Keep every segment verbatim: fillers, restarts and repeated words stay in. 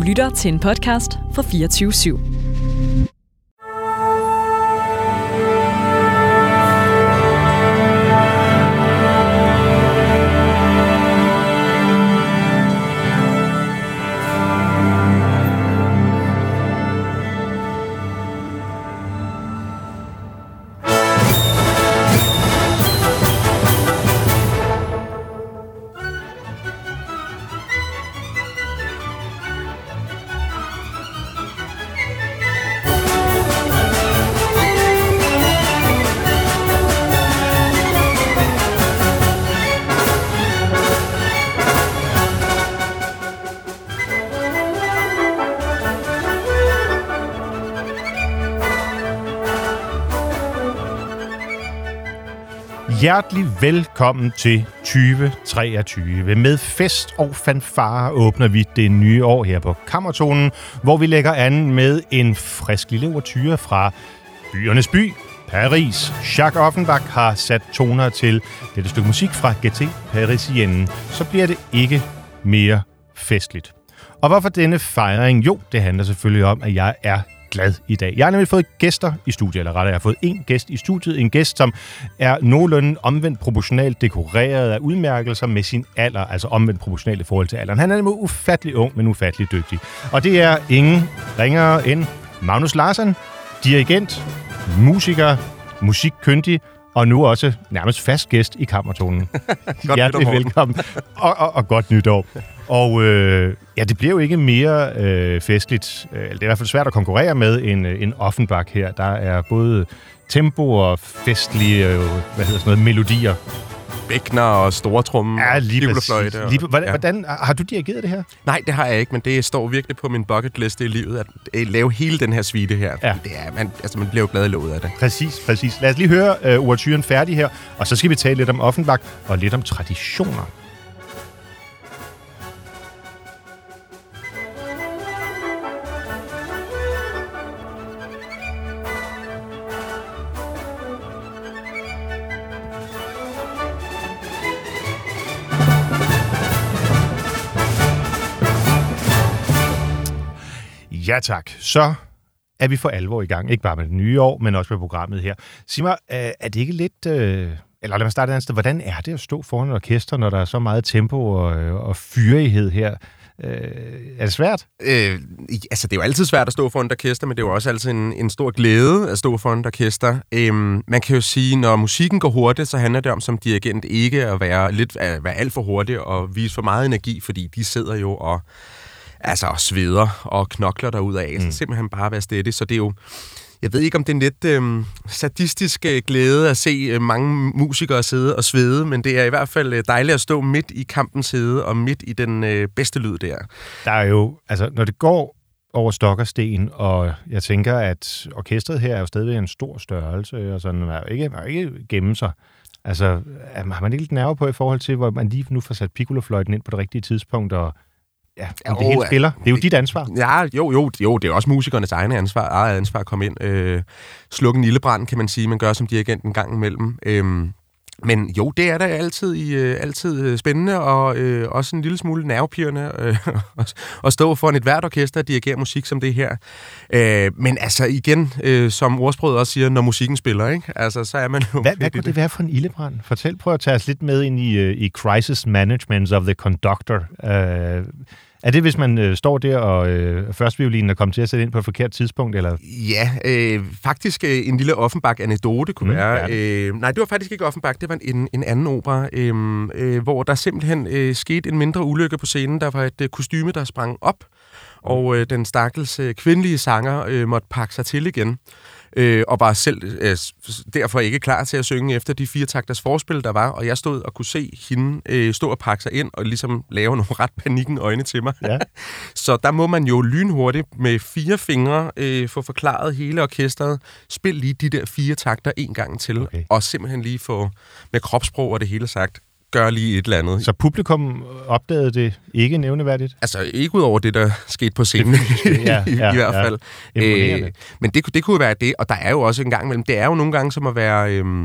lytter til en podcast fra fireogtyve syv. Hjertelig velkommen til tyve treogtyve. Med fest og fanfare åbner vi det nye år her på Kammertonen, hvor vi lægger an med en frisk lille ouverture fra byernes by, Paris. Jacques Offenbach har sat toner til dette stykke musik fra Gaîté Parisienne. Så bliver det ikke mere festligt. Og hvorfor denne fejring? Jo, det handler selvfølgelig om, at jeg er glad i dag. Jeg har nemlig fået gæster i studiet, eller rettere, jeg har fået en gæst i studiet. En gæst, som er nogenlunde omvendt proportionalt dekoreret af udmærkelser med sin alder, altså omvendt proportionalt i forhold til alderen. Han er nemlig ufattelig ung, men ufattelig dygtig. Og det er ingen ringere end Magnus Larsson, dirigent, musiker, musikkyndig, og nu også nærmest fast gæst i Kammertonen. Hjertelig velkommen, og, og, og godt nytår. Og øh, ja, det bliver jo ikke mere øh, festligt. Det er i hvert fald svært at konkurrere med en, en Offenbach her. Der er både tempo og festlige øh, hvad hedder sådan noget, melodier. Bækner og stortrumme ja, lige og præcis. Lige, hvordan, ja. hvordan, har du dirigeret det her? Nej, det har jeg ikke, men det står virkelig på min bucketliste i livet, at, at lave hele den her suite her. Ja. Det er, man, altså, man bliver jo glad i låget af det. Præcis, præcis. Lad os lige høre uh, ouverturen færdig her, og så skal vi tale lidt om Offenbach og lidt om traditioner. Ja tak, så er vi for alvor i gang. Ikke bare med det nye år, men også med programmet her. Sig mig, er det ikke lidt... Øh, eller lad mig starte et andet sted. Hvordan er det at stå foran et orkester, når der er så meget tempo og, og fyrighed her? Øh, er det svært? Øh, altså, det er jo altid svært at stå foran et orkester, men det er jo også altid en, en stor glæde at stå foran et orkester. Øhm, man kan jo sige, når musikken går hurtigt, så handler det om som dirigent ikke at være, lidt, at være alt for hurtig og vise for meget energi, fordi de sidder jo og... Altså, og sveder og knokler derudad. Mm. Så simpelthen bare være stædig. Så det er jo... Jeg ved ikke, om det er en lidt øhm, sadistisk øh, glæde at se øh, mange musikere sidde og svede, men det er i hvert fald øh, dejligt at stå midt i kampens hede og midt i den øh, bedste lyd der. Der er jo... Altså, når det går over stok og sten, og jeg tænker, at orkestret her er jo stadigvæk en stor størrelse, og sådan, man er ikke, man er ikke gemme sig. Altså, har man ikke lidt nerve på i forhold til, hvor man lige nu får sat piccolofløjten ind på det rigtige tidspunkt, og ja, om det hele spiller. Det er jo dit ansvar. Ja, jo, jo, jo, det er også musikernes egne ansvar, eget ansvar at komme ind. Øh, slukke en ildebrand, kan man sige, man gør som dirigent en gang imellem. Øh, men jo, det er da altid, i, øh, altid spændende, og øh, også en lille smule nervepirrende øh, at stå foran et hvert orkester og dirigere musik som det her. Øh, men altså igen, øh, som ordsproget også siger, når musikken spiller, ikke? Altså, så er man jo... Hvad, hvad kunne det være for en ildebrand? Fortæl, prøv at tage os lidt med ind i, i crisis management of the conductor. Øh, Er det, hvis man øh, står der, og øh, førsteviolinen er kommet til at sætte ind på et forkert tidspunkt? Eller? Ja, øh, faktisk øh, en lille Offenbach-anekdote kunne mm, være. Øh, nej, det var faktisk ikke Offenbach, det var en, en anden opera, øh, øh, hvor der simpelthen øh, skete en mindre ulykke på scenen. Der var et øh, kostyme, der sprang op, og øh, den stakkels øh, kvindelige sanger øh, måtte pakke sig til igen. Øh, og var selv øh, derfor ikke klar til at synge efter de fire takters forspil, der var. Og jeg stod og kunne se hende øh, stå og pakke sig ind og ligesom lave nogle ret panikken øjne til mig. Ja. Så der må man jo lynhurtigt med fire fingre øh, få forklaret hele orkestret. Spil lige de der fire takter en gang til. Okay. Og simpelthen lige få med kropssprog og det hele sagt. Gør lige et eller andet. Så publikum opdagede det ikke nævneværdigt? Altså ikke ud over det, der skete på scenen, ja, ja, i hvert fald. Ja. Øh, men det, det kunne være det, og der er jo også en gang imellem, det er jo nogle gange som at være... Øhm,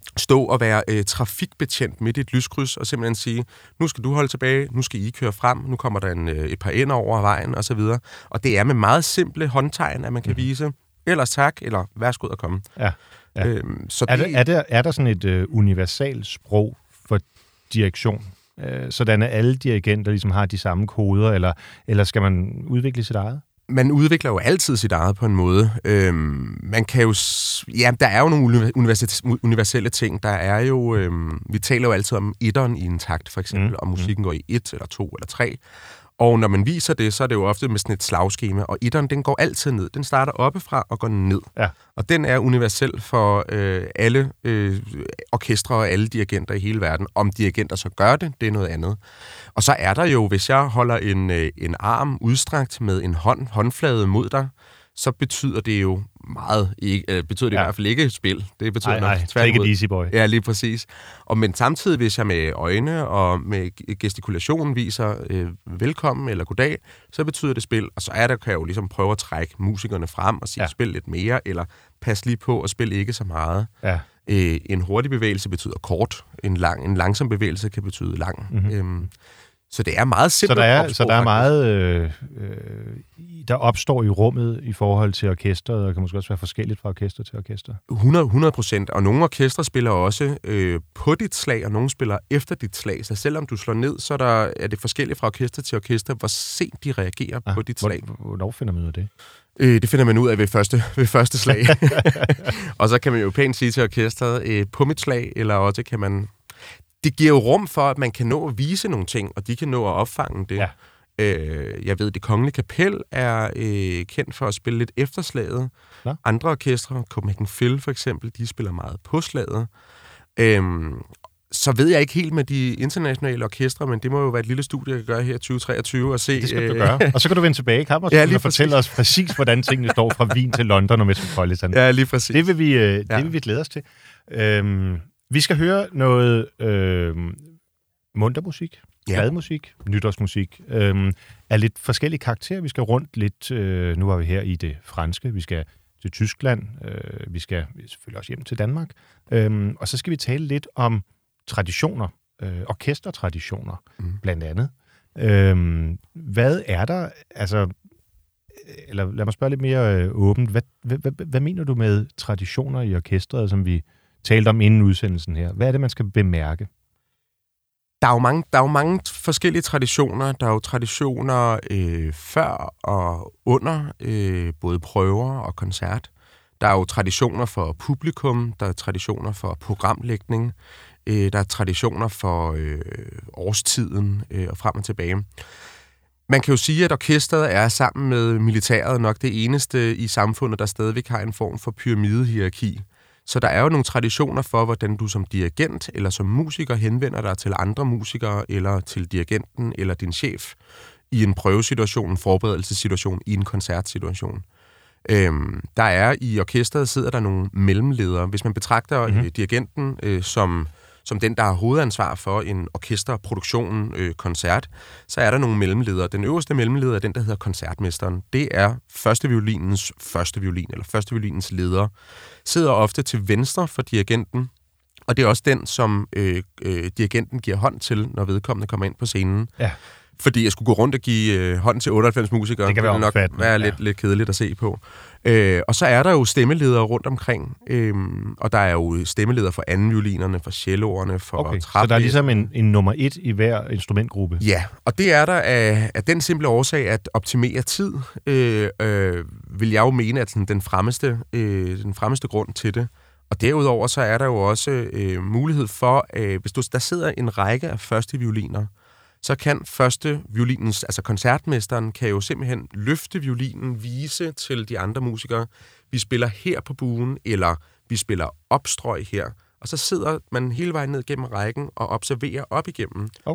stå og være øh, trafikbetjent midt i et lyskryds, og simpelthen sige, nu skal du holde tilbage, nu skal I køre frem, nu kommer der en, øh, et par ender over vejen, og så videre. Og det er med meget simple håndtegn, at man kan mm. vise, ellers tak, eller værsgo at komme. Ja. Ja. Øhm, så er, det, der, er, der, er der sådan et øh, universalt sprog for direktion? Øh, sådan at alle dirigenter ligesom har de samme koder, eller, eller skal man udvikle sit eget? Man udvikler jo altid sit eget på en måde. Øhm, man kan jo... Ja, der er jo nogle universelle ting. Der er jo... Øhm, vi taler jo altid om etteren i en takt, for eksempel, mm. om musikken går i et, eller to, eller tre. Og når man viser det, så er det jo ofte med sådan et slagskema. Og etteren, den går altid ned. Den starter oppefra og går ned. Ja. Og den er universel for øh, alle øh, orkestre og alle dirigenter i hele verden. Om dirigenter så gør det, det er noget andet. Og så er der jo, hvis jeg holder en, øh, en arm udstrakt med en hånd, håndflade mod dig, så betyder det jo meget, ikke, øh, betyder det ja. i hvert fald ikke et spil. Det betyder ej, noget ej, tværtimod. Ikke et easy boy. Ja, lige præcis. Og men samtidig, hvis jeg med øjne og med gestikulation viser øh, velkommen eller goddag, så betyder det spil. Og så er der, kan jeg jo ligesom prøve at trække musikerne frem og sige, ja. spil lidt mere, eller pas lige på og spil ikke så meget. Ja. Øh, en hurtig bevægelse betyder kort. En, lang, en langsom bevægelse kan betyde lang. Mm-hmm. Øhm, Så det er meget simpelt. Så der er, så der er meget, øh, øh, der opstår i rummet i forhold til orkestret, og kan måske også være forskelligt fra orkester til orkester. hundrede procent, og nogle orkestre spiller også øh, på dit slag, og nogle spiller efter dit slag. Så selvom du slår ned, så er, der, er det forskelligt fra orkester til orkester, hvor sent de reagerer ah, på dit slag. Hvornår finder man ud af det? Øh, det finder man ud af ved første, ved første slag. Og så kan man jo pænt sige til orkestret, øh, på mit slag, eller også kan man... Det giver jo rum for, at man kan nå at vise nogle ting, og de kan nå at opfange det. Ja. Øh, jeg ved, Det Kongelige Kapel er øh, kendt for at spille lidt efter slaget. Ja. Andre orkestre, Copenhagen Phil for eksempel, de spiller meget på slaget. Øh, så ved jeg ikke helt med de internationale orkestre, men det må jo være et lille studie, jeg kan gøre her i tyve treogtyve og se... Det skal du gøre. Og så kan du vende tilbage i Kammertonen ja, og fortælle os præcis, hvordan tingene står fra Wien til London og Metropolitan. Ja, lige præcis. Det vil vi, øh, det ja. vil vi glæde os til. Øhm, Vi skal høre noget øh, muntermusik, ja. Gladmusik, nytårsmusik, øh, af lidt forskellige karakterer. Vi skal rundt lidt, øh, nu var vi her i det franske, vi skal til Tyskland, øh, vi skal selvfølgelig også hjem til Danmark, øh, og så skal vi tale lidt om traditioner, øh, orkestertraditioner mm. blandt andet. Øh, hvad er der, altså, eller lad mig spørge lidt mere øh, åbent, hvad, hvad, hvad, hvad mener du med traditioner i orkestret, som vi talte om inden udsendelsen her? Hvad er det, man skal bemærke? Der er jo mange, der er jo mange forskellige traditioner. Der er jo traditioner øh, før og under øh, både prøver og koncert. Der er jo traditioner for publikum. Der er traditioner for programlægning. Øh, der er traditioner for øh, årstiden øh, og frem og tilbage. Man kan jo sige, at orkestret er sammen med militæret nok det eneste i samfundet, der stadigvæk har en form for pyramidehierarki. Så der er jo nogle traditioner for, hvordan du som dirigent eller som musiker henvender dig til andre musikere, eller til dirigenten eller din chef i en prøvesituation, en forberedelsessituation, i en koncertsituation. Øhm, der er i orkestret sidder der nogle mellemledere. Hvis man betragter mm-hmm. dirigenten øh, som, som den, der har hovedansvar for en orkesterproduktion, øh, koncert, så er der nogle mellemledere. Den øverste mellemleder er den, der hedder koncertmesteren. Det er første violinens første violin, eller første violinens leder. Sidder ofte til venstre for dirigenten, og det er også den, som øh, øh, dirigenten giver hånd til, når vedkommende kommer ind på scenen. Ja. Fordi jeg skulle gå rundt og give øh, hånd til otteoghalvfems musikere. Det kan være nok være lidt, ja. lidt kedeligt at se på. Øh, og så er der jo stemmeledere rundt omkring. Øh, og der er jo stemmeledere for anden violinerne, for celloerne, for okay, så der er ligesom en, en nummer et i hver instrumentgruppe? Ja, og det er der af, af den simple årsag, at optimere tid, øh, øh, vil jeg jo mene, at sådan, den, fremmeste, øh, den fremmeste grund til det. Og derudover så er der jo også øh, mulighed for, øh, hvis du, der sidder en række af første violiner, så kan første violinens, altså koncertmesteren, kan jo simpelthen løfte violinen, vise til de andre musikere, vi spiller her på buen, eller vi spiller opstrøg her. Og så sidder man hele vejen ned gennem rækken og observerer op igennem. Okay.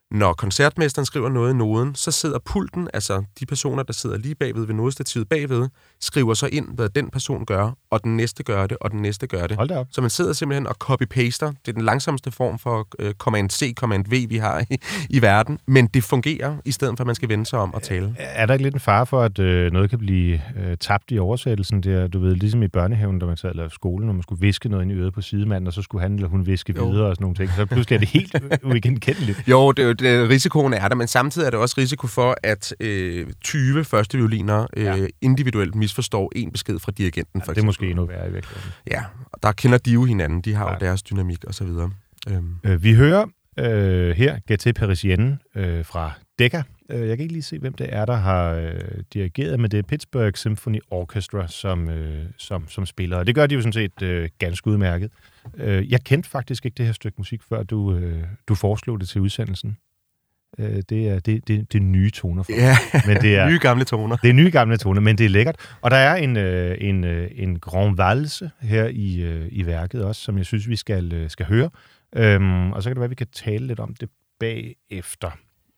Når koncertmesteren skriver noget i noden, så sidder pulten, altså de personer, der sidder lige bagved ved nodestativet bagved, skriver så ind, hvad den person gør, og den næste gør det, og den næste gør det. Hold da op. Så man sidder simpelthen og copy-paster. Det er den langsomste form for uh, Command-C, Command-V, vi har i, i verden, men det fungerer, i stedet for, at man skal vende sig om og tale. Er der ikke lidt en fare for, at øh, noget kan blive øh, tabt i oversættelsen? Der, du ved, ligesom i børnehaven, da man sad eller skolen, når man skulle viske noget ind i øret på sidemanden, og så skulle han eller hun viske jo. videre og sådan nogle ting. Så pludselig er det helt uigenkendeligt. Jo, det, det, risikoen er der, men samtidig er der også risiko for, at øh, tyve første violiner øh, ja. individuelt misforstår en besked fra dirigenten. Ja, for det er måske endnu værre i virkeligheden. Ja, og der kender de jo hinanden. De har ja. jo deres dynamik og så videre. Øhm. Øh, vi hører øh, her Gaieté Parisienne øh, fra Decca. Jeg kan ikke lige se, hvem det er, der har øh, dirigeret, men det er Pittsburgh Symphony Orchestra, som, øh, som, som spiller. Og det gør de jo sådan set øh, ganske udmærket. Øh, jeg kendte faktisk ikke det her stykke musik, før du, øh, du foreslog det til udsendelsen. Øh, det er det, det, det nye toner for ja, men det er nye gamle toner. Det er nye gamle toner, men det er lækkert. Og der er en, øh, en, øh, en grand valse her i, øh, i værket også, som jeg synes, vi skal, øh, skal høre. Øhm, og så kan det være, at vi kan tale lidt om det bagefter.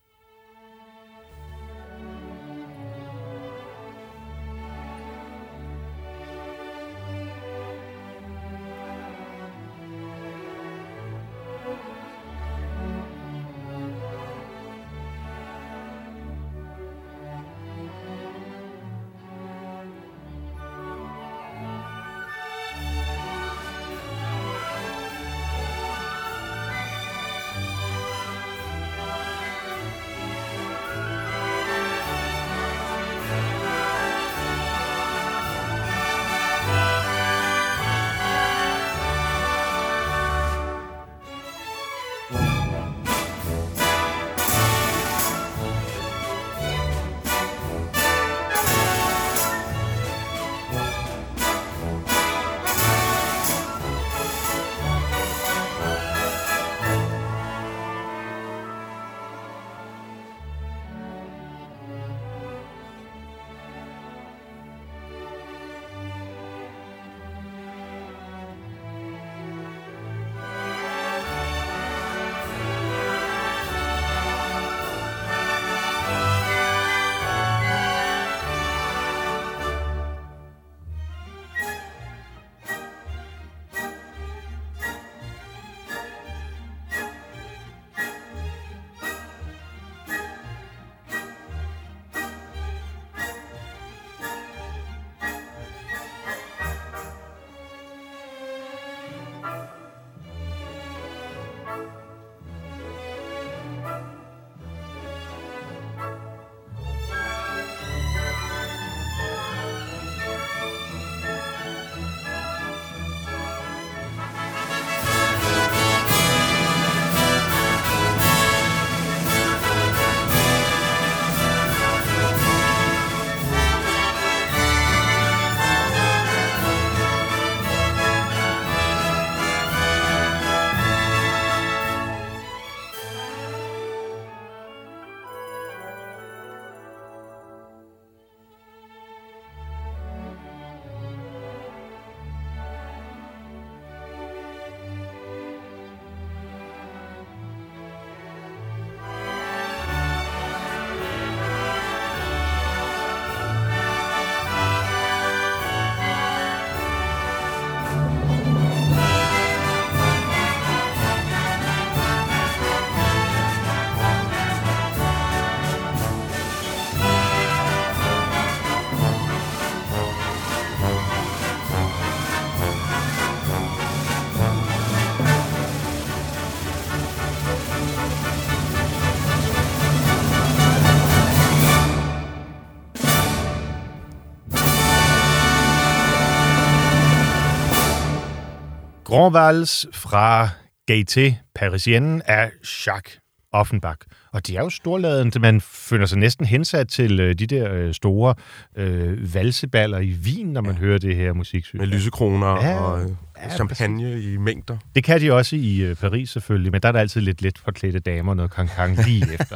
Grand Vals fra Gaieté Parisienne af Jacques Offenbach. Og de er jo storladende, man føler sig næsten hensat til øh, de der øh, store øh, valseballer i Wien, når man ja. hører det her musiksyn. Med lysekroner ja, og øh, ja, champagne præcis. i mængder. Det kan de også i øh, Paris selvfølgelig, men der er der altid lidt let forklædte damer og noget cancan lige efter.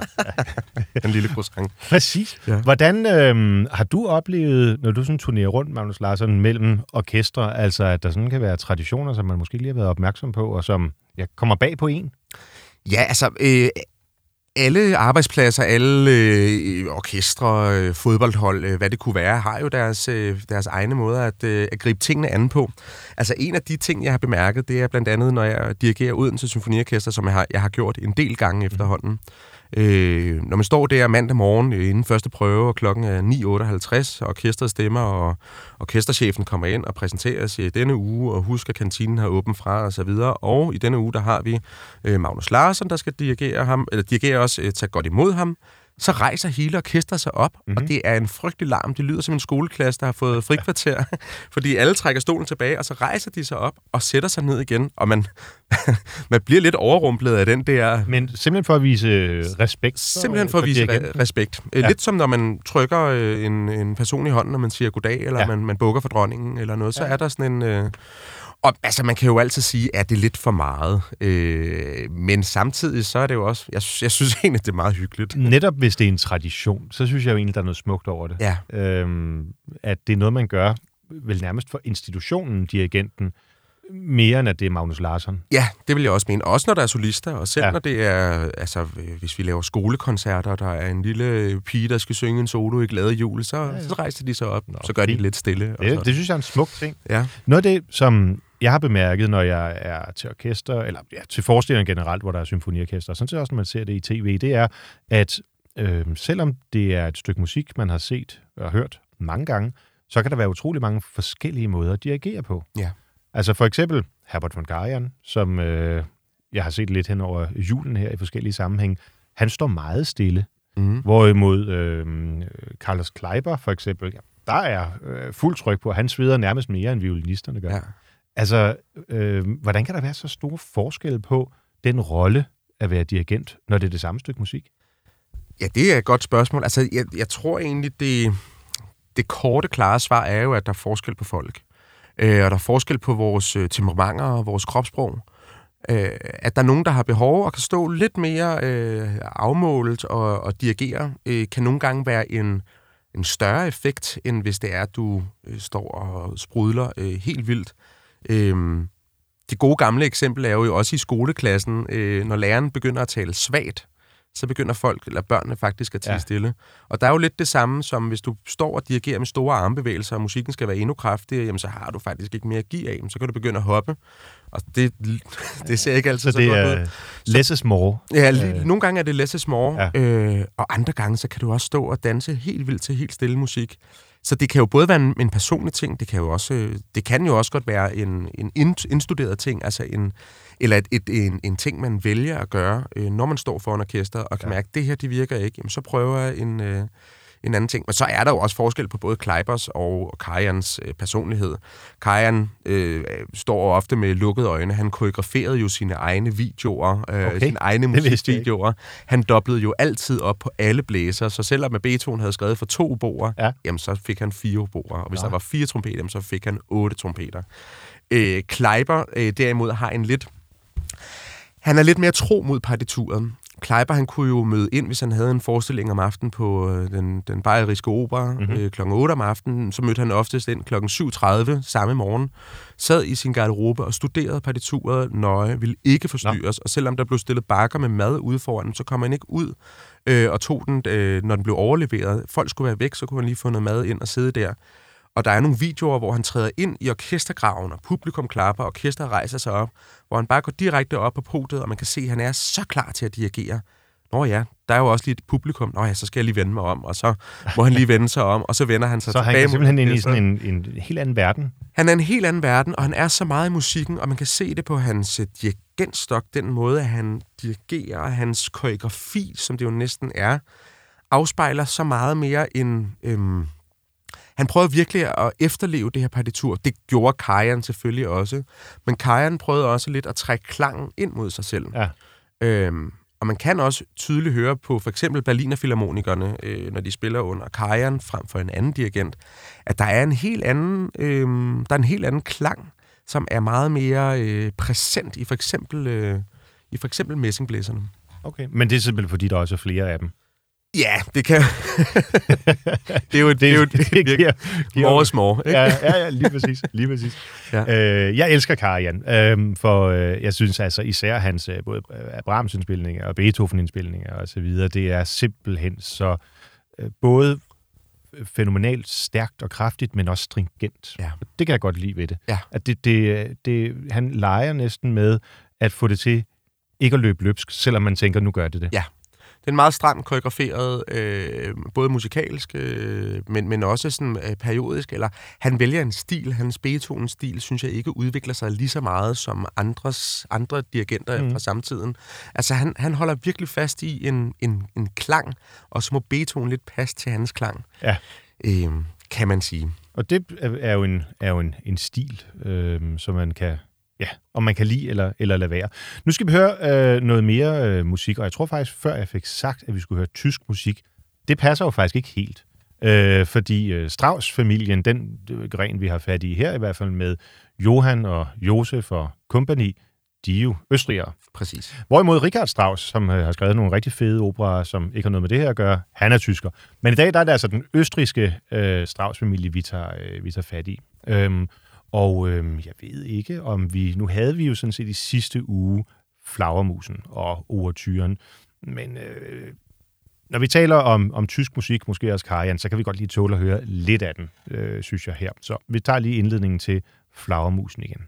En lille croissant. Præcis. Ja. Hvordan øh, har du oplevet, når du sådan turnerer rundt, Magnus Larsson, mellem orkestre, altså at der sådan kan være traditioner, som man måske lige har været opmærksom på, og som ja, kommer bag på en? Ja, altså... Øh alle arbejdspladser, alle øh, orkestre, øh, fodboldhold, øh, hvad det kunne være, har jo deres, øh, deres egne måder at, øh, at gribe tingene an på. Altså en af de ting, jeg har bemærket, det er blandt andet, når jeg dirigerer Odense Symfoniorkester, som jeg har, jeg har gjort en del gange efterhånden. Øh, når man står der mandag morgen øh, inden første prøve, og klokken er ni otteoghalvtreds, og orkestret stemmer, og orkesterchefen kommer ind og præsenterer og siger, denne uge, og husk, at kantinen har åbent fra, og så videre. Og i denne uge, der har vi øh, Magnus Larsson, der skal dirigere ham, eller dirigere os, øh, tage godt imod ham. Så rejser hele orkestret sig op, mm-hmm. og det er en frygtelig larm. Det lyder som en skoleklasse, der har fået frikvarter, fordi alle trækker stolen tilbage, og så rejser de sig op og sætter sig ned igen, og man, man bliver lidt overrumplet af den der... Men simpelthen for at vise respekt? Simpelthen for at vise re- respekt. Ja. Lidt som når man trykker en, en person i hånden, når man siger goddag, eller ja. man, man bukker for dronningen, eller noget, så ja. er der sådan en... Øh, Og altså, man kan jo altid sige, at det er lidt for meget. Øh, men samtidig, så er det jo også... Jeg, jeg synes egentlig, det er meget hyggeligt. Netop hvis det er en tradition, så synes jeg jo egentlig, der er noget smukt over det. Ja. Øhm, at det er noget, man gør vel nærmest for institutionen, dirigenten, mere end at det er Magnus Larsson. Ja, det vil jeg også mene. Også når der er solister, og selv ja. når det er... Altså, hvis vi laver skolekoncerter, der er en lille pige, der skal synge en solo i Glade Jul, så, ja, ja. så rejser de sig op, Nå, så gør de lidt stille. Det, og det synes jeg er en smuk ting. Ja. Noget af det, som... Jeg har bemærket, når jeg er til orkester, eller ja, til forestillinger generelt, hvor der er symfoniorkester, og sådan set også, når man ser det i tv, det er, at øh, selvom det er et stykke musik, man har set og hørt mange gange, så kan der være utrolig mange forskellige måder at dirigere på. Ja. Altså for eksempel Herbert von Karajan, som øh, jeg har set lidt hen over julen her i forskellige sammenhæng, han står meget stille. Mm. Hvorimod øh, Carlos Kleiber for eksempel, ja, der er øh, fuld tryk på, han sveder nærmest mere, end violinisterne gør. Ja. Altså, øh, hvordan kan der være så store forskel på den rolle at være dirigent, når det er det samme stykke musik? Ja, det er et godt spørgsmål. Altså, jeg, jeg tror egentlig, det, det korte, klare svar er jo, at der er forskel på folk. Øh, og der er forskel på vores øh, temperamenter og vores kropssprog. Øh, at der er nogen, der har behov og kan stå lidt mere øh, afmålet og, og dirigere, øh, kan nogle gange være en, en større effekt, end hvis det er, at du øh, står og sprudler øh, helt vildt. Øhm, det gode gamle eksempel er jo også i skoleklassen, øh, når læreren begynder at tale svagt, så begynder folk, eller børnene faktisk at tie ja. stille. Og der er jo lidt det samme, som hvis du står og dirigerer med store armbevægelser, og musikken skal være endnu kraftigere, jamen så har du faktisk ikke mere at give af, så kan du begynde at hoppe. Og det, det ser ikke altid så, så godt ud. Så det er less is more. Ja, øh. nogle gange er det less is more, ja. øh, og andre gange, så kan du også stå og danse helt vildt til helt stille musik. Så det kan jo både være en, en personlig ting, det kan jo også, det kan jo også godt være en, en indstuderet ting, altså en, eller et, et, en, en ting, man vælger at gøre, øh, når man står foran orkester og kan ja. mærke, at det her, det virker ikke, jamen så prøver jeg en, øh, en anden ting. Men så er der jo også forskel på både Kleibers og Karajans øh, personlighed. Karajan øh, står ofte med lukkede øjne. Han koreograferede jo sine egne videoer, øh, okay. sine egne musikvideoer. Han doblede jo altid op på alle blæser, så selvom Beethoven havde skrevet for to oboer, ja. jamen så fik han fire oboer. Og hvis ja. der var fire trompeter, jamen, så fik han otte trompeter. Øh, Kleiber øh, derimod har en lidt... Han er lidt mere tro mod partituret. Kleiber, han kunne jo møde ind, hvis han havde en forestilling om aftenen på øh, den, den bayeriske opera mm-hmm. øh, klokken otte om aftenen. Så mødte han oftest ind klokken syv tredive samme morgen, sad i sin garderobe og studerede partituret nøje, ville ikke forstyrres. Nå. Og selvom der blev stillet bakker med mad ude foran, så kom han ikke ud øh, og tog den, øh, når den blev overleveret. Folk skulle være væk, så kunne han lige få noget mad ind og sidde der. Og der er nogle videoer, hvor han træder ind i orkestergraven, og publikum klapper, og orkesteret rejser sig op, hvor han bare går direkte op på podiet, og man kan se, at han er så klar til at dirigere. Nå ja, der er jo også lige et publikum. Nå ja, så skal jeg lige vende mig om, og så må han lige vende sig om, og så vender han sig så tilbage. Så han er simpelthen inde i sådan en, en helt anden verden? Han er en helt anden verden, og han er så meget i musikken, og man kan se det på hans dirigentstok, den måde, at han dirigerer, og hans koreografi, som det jo næsten er, afspejler så meget mere en... Øhm, Han prøvede virkelig at efterleve det her partitur. Det gjorde Karajan selvfølgelig også. Men Karajan prøvede også lidt at trække klangen ind mod sig selv. Ja. Øhm, og man kan også tydeligt høre på for eksempel Berliner Philharmonikerne, øh, når de spiller under Karajan frem for en anden dirigent, at der er en helt anden, øh, der er en helt anden klang, som er meget mere øh, præsent i for eksempel, øh, i for eksempel messingblæserne. Okay, men det er simpelthen fordi, der også er flere af dem. Ja, det kan... det er jo det, det, er jo, det, det giver, giver more small, ikke? Ja, ja, ja, lige præcis. Lige præcis. Ja. Øh, jeg elsker Karajan, øh, for øh, jeg synes altså især hans øh, både Brahms-indspilninger og Beethoven-indspilninger og så videre, det er simpelthen så øh, både fænomenalt stærkt og kraftigt, men også stringent. Ja. Det kan jeg godt lide ved det. Ja. At det, det, det. Han leger næsten med at få det til ikke at løbe løbsk, selvom man tænker, nu gør det det. Ja. Det er en meget stramt koreograferet, øh, både musikalsk, øh, men, men også sådan øh, periodisk. Eller han vælger en stil, hans Beethoven-stil, synes jeg ikke udvikler sig lige så meget som andres, andre dirigenter mm. fra samtiden. Altså han, han holder virkelig fast i en, en, en klang, og så må Beethoven lidt passe til hans klang, ja. øh, kan man sige. Og det er jo en, er jo en, en stil, øh, som man kan... Ja, om man kan lide eller, eller lade være. Nu skal vi høre øh, noget mere øh, musik, og jeg tror faktisk, før jeg fik sagt, at vi skulle høre tysk musik, det passer jo faktisk ikke helt. Øh, fordi øh, Strauss-familien, den øh, gren, vi har fat i her, i hvert fald med Johann og Josef og kompagni, de er jo østrigere. Præcis. Hvorimod Richard Strauss, som øh, har skrevet nogle rigtig fede operaer, som ikke har noget med det her at gøre, han er tysker. Men i dag, der er det altså den østrigske øh, Strauss-familie, vi tager, øh, vi tager fat i. Øhm, Og øhm, jeg ved ikke, om vi... Nu havde vi jo sådan set i sidste uge Flagermusen og ouverturen, men øh, når vi taler om, om tysk musik, måske også Karajan, så kan vi godt lige tåle at høre lidt af den, øh, synes jeg her. Så vi tager lige indledningen til Flagermusen igen.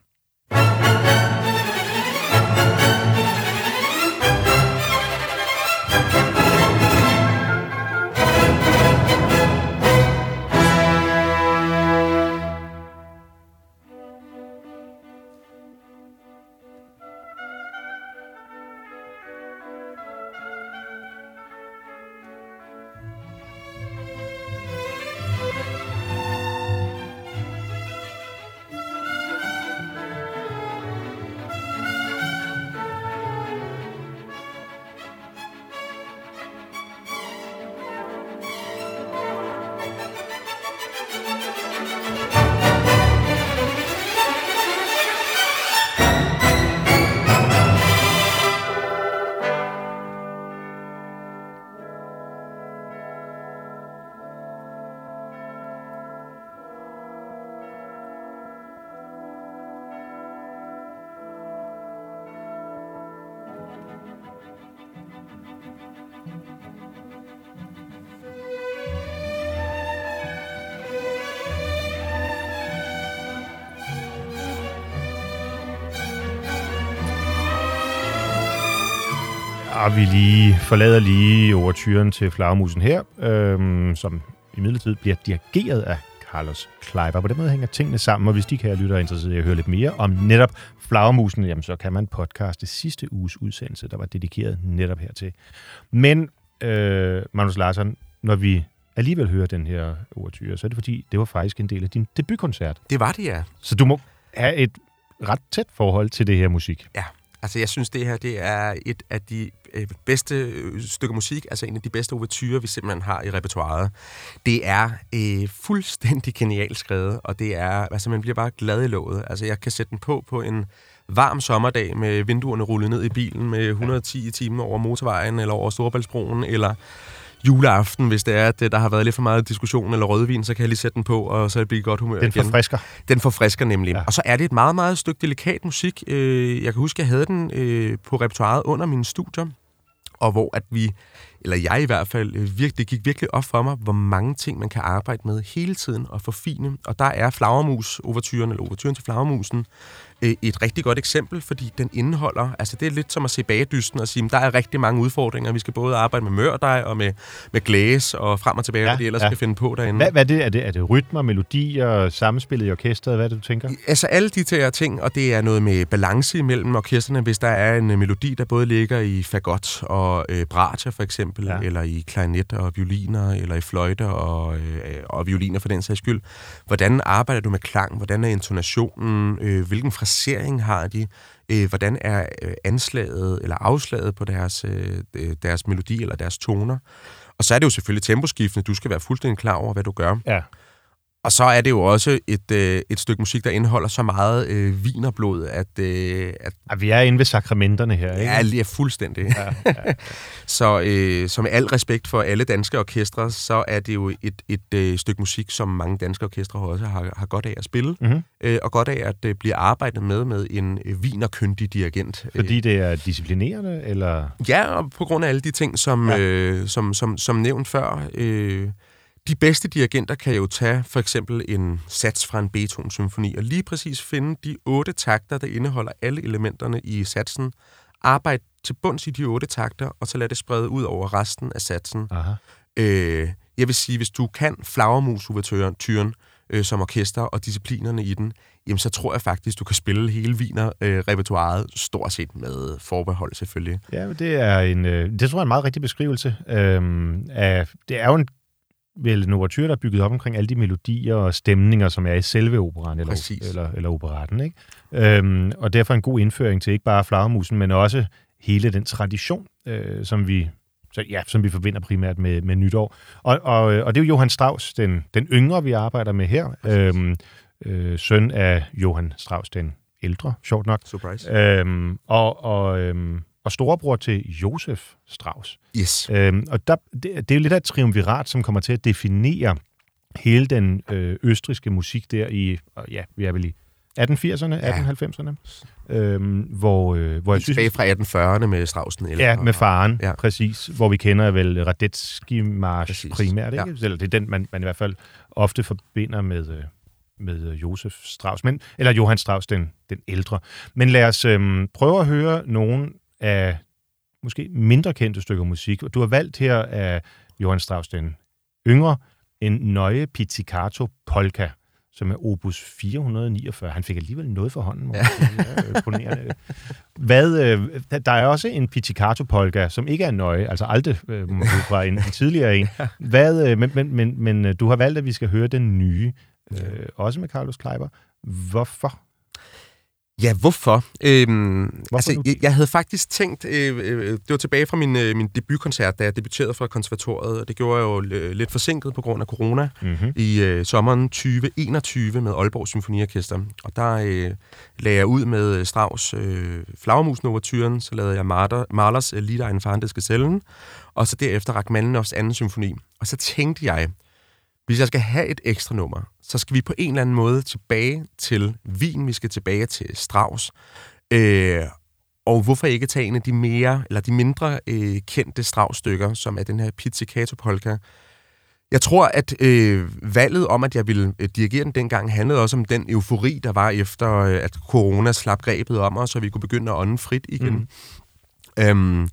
Og vi lige forlader lige ouverturen til Flagermusen her, øhm, som imidlertid bliver dirigeret af Carlos Kleiber. På den måde hænger tingene sammen, og hvis de kan lytte og interesseret i at høre lidt mere om netop Flagermusen, jamen så kan man podcaste sidste uges udsendelse, der var dedikeret netop hertil. Men, øh, Magnus Larsson, når vi alligevel hører den her ouverture, så er det fordi, det var faktisk en del af din debutkoncert. Det var det, ja. Så du må have et ret tæt forhold til det her musik. Ja. Altså, jeg synes, det her det er et af de øh, bedste stykker musik, altså en af de bedste ouverturer, vi simpelthen har i repertoiret. Det er øh, fuldstændig genialt skrevet, og det er, altså, man bliver bare glad i låget. Altså, jeg kan sætte den på på en varm sommerdag med vinduerne rullet ned i bilen med et hundrede og ti i timen over motorvejen eller over Storebæltsbroen, eller juleaften, hvis det er, at der har været lidt for meget diskussion eller rødvin, så kan jeg lige sætte den på, og så bliver det godt humør igen. Den forfrisker. Den forfrisker nemlig. Ja. Og så er det et meget, meget stykke delikat musik. Jeg kan huske, at jeg havde den på repertoiret under mine studier, og hvor at vi, eller jeg i hvert fald, virkelig, det gik virkelig op for mig, hvor mange ting man kan arbejde med hele tiden og forfine. Og der er Flagermus-ouverturen, eller ouverturen til Flagermusen, et rigtig godt eksempel, fordi den indeholder, altså det er lidt som at se bagdysten og sige, at der er rigtig mange udfordringer. Vi skal både arbejde med mørdej og med, med glæs og frem og tilbage, ja, hvad de ellers ja. skal finde på derinde. Hvad, hvad er det? Er det? Er det rytmer, melodier, samspillet i orkestret? Hvad er det, du tænker? Altså alle de her ting, og det er noget med balance mellem orkestrene, hvis der er en melodi, der både ligger i fagot og øh, bratscher for eksempel, ja. eller i klarinet og violiner, eller i fløjter og, øh, og violiner for den sags skyld. Hvordan arbejder du med klang? Hvordan er intonationen? Øh, hvilken frasering har de? Øh, hvordan er øh, anslaget eller afslaget på deres, øh, deres melodi eller deres toner? Og så er det jo selvfølgelig temposkiftende. Du skal være fuldstændig klar over, hvad du gør. Ja. Og så er det jo også et, øh, et stykke musik, der indeholder så meget øh, wienerblod, at... Øh, at ja, vi er inde ved sakramenterne her, ikke? Ja, lige er fuldstændig. Ja, ja, ja. så, øh, så med al respekt for alle danske orkestre, så er det jo et, et øh, stykke musik, som mange danske orkestre også har, har godt af at spille, mm-hmm. øh, og godt af at øh, blive arbejdet med med en øh, wienerkyndig dirigent. Fordi det er disciplinerende, eller? Ja, og på grund af alle de ting, som, ja. øh, som, som, som nævnt før... Øh, De bedste dirigenter kan jo tage for eksempel en sats fra en Beethoven-symfoni og lige præcis finde de otte takter, der indeholder alle elementerne i satsen, arbejde til bunds i de otte takter, og så lade det sprede ud over resten af satsen. Øh, jeg vil sige, hvis du kan flagermus-ouverturen øh, som orkester og disciplinerne i den, jamen så tror jeg faktisk, du kan spille hele Wiener-repertoiret øh, stort set med forbehold selvfølgelig. Ja, det er en, øh, det tror jeg er en meget rigtig beskrivelse. Øhm, af, det er jo en vel en ouverture, der er bygget op omkring alle de melodier og stemninger, som er i selve operaen eller, eller, eller operaten, ikke? Øhm, og derfor en god indføring til ikke bare flagermusen, men også hele den tradition, øh, som vi så, ja, som vi forbinder primært med, med nytår. Og, og, og det er jo Johann Strauss, den, den yngre, vi arbejder med her. Øhm, øh, søn af Johann Strauss, den ældre, sjovt nok. Surprise. Øhm, og og øhm, og storebror til Josef Strauss. Yes. Øhm, og der, det, det er jo lidt af et triumvirat, som kommer til at definere hele den øh, østrigske musik der i, ja, vi er vel i atten firserne, ja. atten halvfemserne, øhm, hvor, øh, hvor jeg synes... Tilbage fra atten fyrrerne med Straussen. Eller, ja, med faren, ja. præcis, hvor vi kender vel Radetzky-march primært, ikke? Ja. Eller det er den, man, man i hvert fald ofte forbinder med... Øh, med Josef Strauss, men, eller Johann Strauss, den, den ældre. Men lad os øhm, prøve at høre nogle af måske mindre kendte stykker musik. Du har valgt her af Johann Strauss, den yngre, en Neue Pizzicato Polka, som er opus fire hundrede niogfyrre. Han fik alligevel noget for hånden. Ja. Ja, Hvad, øh, der er også en Pizzicato Polka, som ikke er nøje, altså aldrig øh, fra en, en tidligere en. Hvad, øh, men, men, men, men du har valgt, at vi skal høre den nye, øh, også med Carlos Kleiber. Hvorfor? Ja, hvorfor? Øhm, hvorfor altså, jeg, jeg havde faktisk tænkt, øh, øh, det var tilbage fra min, øh, min debutkoncert, da jeg debuterede fra konservatoriet, og det gjorde jeg jo øh, lidt forsinket på grund af corona, mm-hmm. i øh, sommeren tyve enogtyve med Aalborg Symfoniorkester. Og der øh, lagde jeg ud med Strauss øh, Flagermusen-ouverturen, så lavede jeg Mahlers øh, Lieder einen fahrenden Gesellen, og så derefter Rachmaninoffs anden symfoni. Og så tænkte jeg, hvis jeg skal have et ekstra nummer, så skal vi på en eller anden måde tilbage til Wien, vi skal tilbage til Strauss. Øh, og hvorfor ikke tage en af de mere, eller de mindre øh, kendte Strauss-stykker, som er den her Pizzicato Polka. Jeg tror, at øh, valget om, at jeg ville øh, dirigere den dengang, handlede også om den eufori, der var efter, øh, at corona slap grebet om os, så vi kunne begynde at ånde frit igen. Mm. Øhm,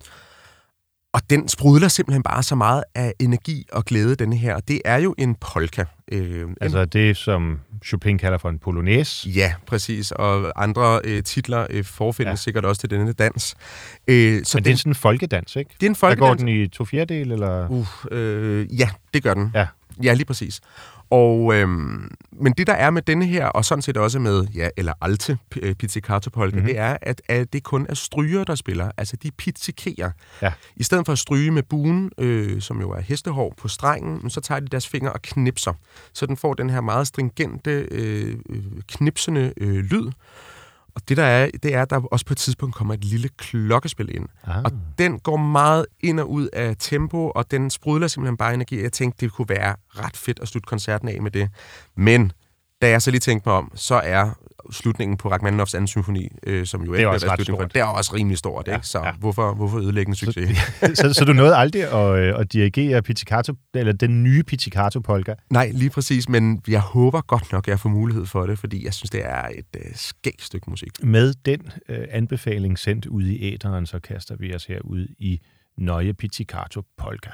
Og den sprudler simpelthen bare så meget af energi og glæde, denne her. Det er jo en polka. Øh, altså en... det, som Chopin kalder for en polonaise? Ja, præcis. Og andre øh, titler øh, forfindes ja. sikkert også til denne dans. Øh, så Men det er den... sådan en folkedans, ikke? Det er en folkedans. Der går den i to fjerdedel, eller? Uh, øh, ja, det gør den. Ja, ja lige præcis. Og, øhm, men det, der er med denne her, og sådan set også med, ja, eller alte Pizzicato Polka, mm-hmm. det er, at, at det kun er stryger, der spiller. Altså, de pizzikerer. Ja. I stedet for at stryge med buen, øh, som jo er hestehår på strengen, så tager de deres fingre og knipser. Så den får den her meget stringente, øh, knipsende øh, lyd. Og det der er, det er, at der også på et tidspunkt kommer et lille klokkespil ind. Ah. Og den går meget ind og ud af tempo, og den sprudler simpelthen bare energi. Jeg tænkte, det kunne være ret fedt at slutte koncerten af med det. Men da jeg så lige tænkte mig om, så er slutningen på Rachmaninoffs anden symfoni, øh, som jo det er også ret stort. Det er også rimelig stort, ja, ikke? Så ja. hvorfor, hvorfor ødelægge en succes? Så, så, så du nåede aldrig at, at dirigere Pizzicato, eller den nye Pizzicato Polka? Nej, lige præcis, men jeg håber godt nok, at jeg får mulighed for det, fordi jeg synes, det er et øh, skægt stykke musik. Med den øh, anbefaling sendt ud i æteren, så kaster vi os herud i Neue Pizzicato Polka.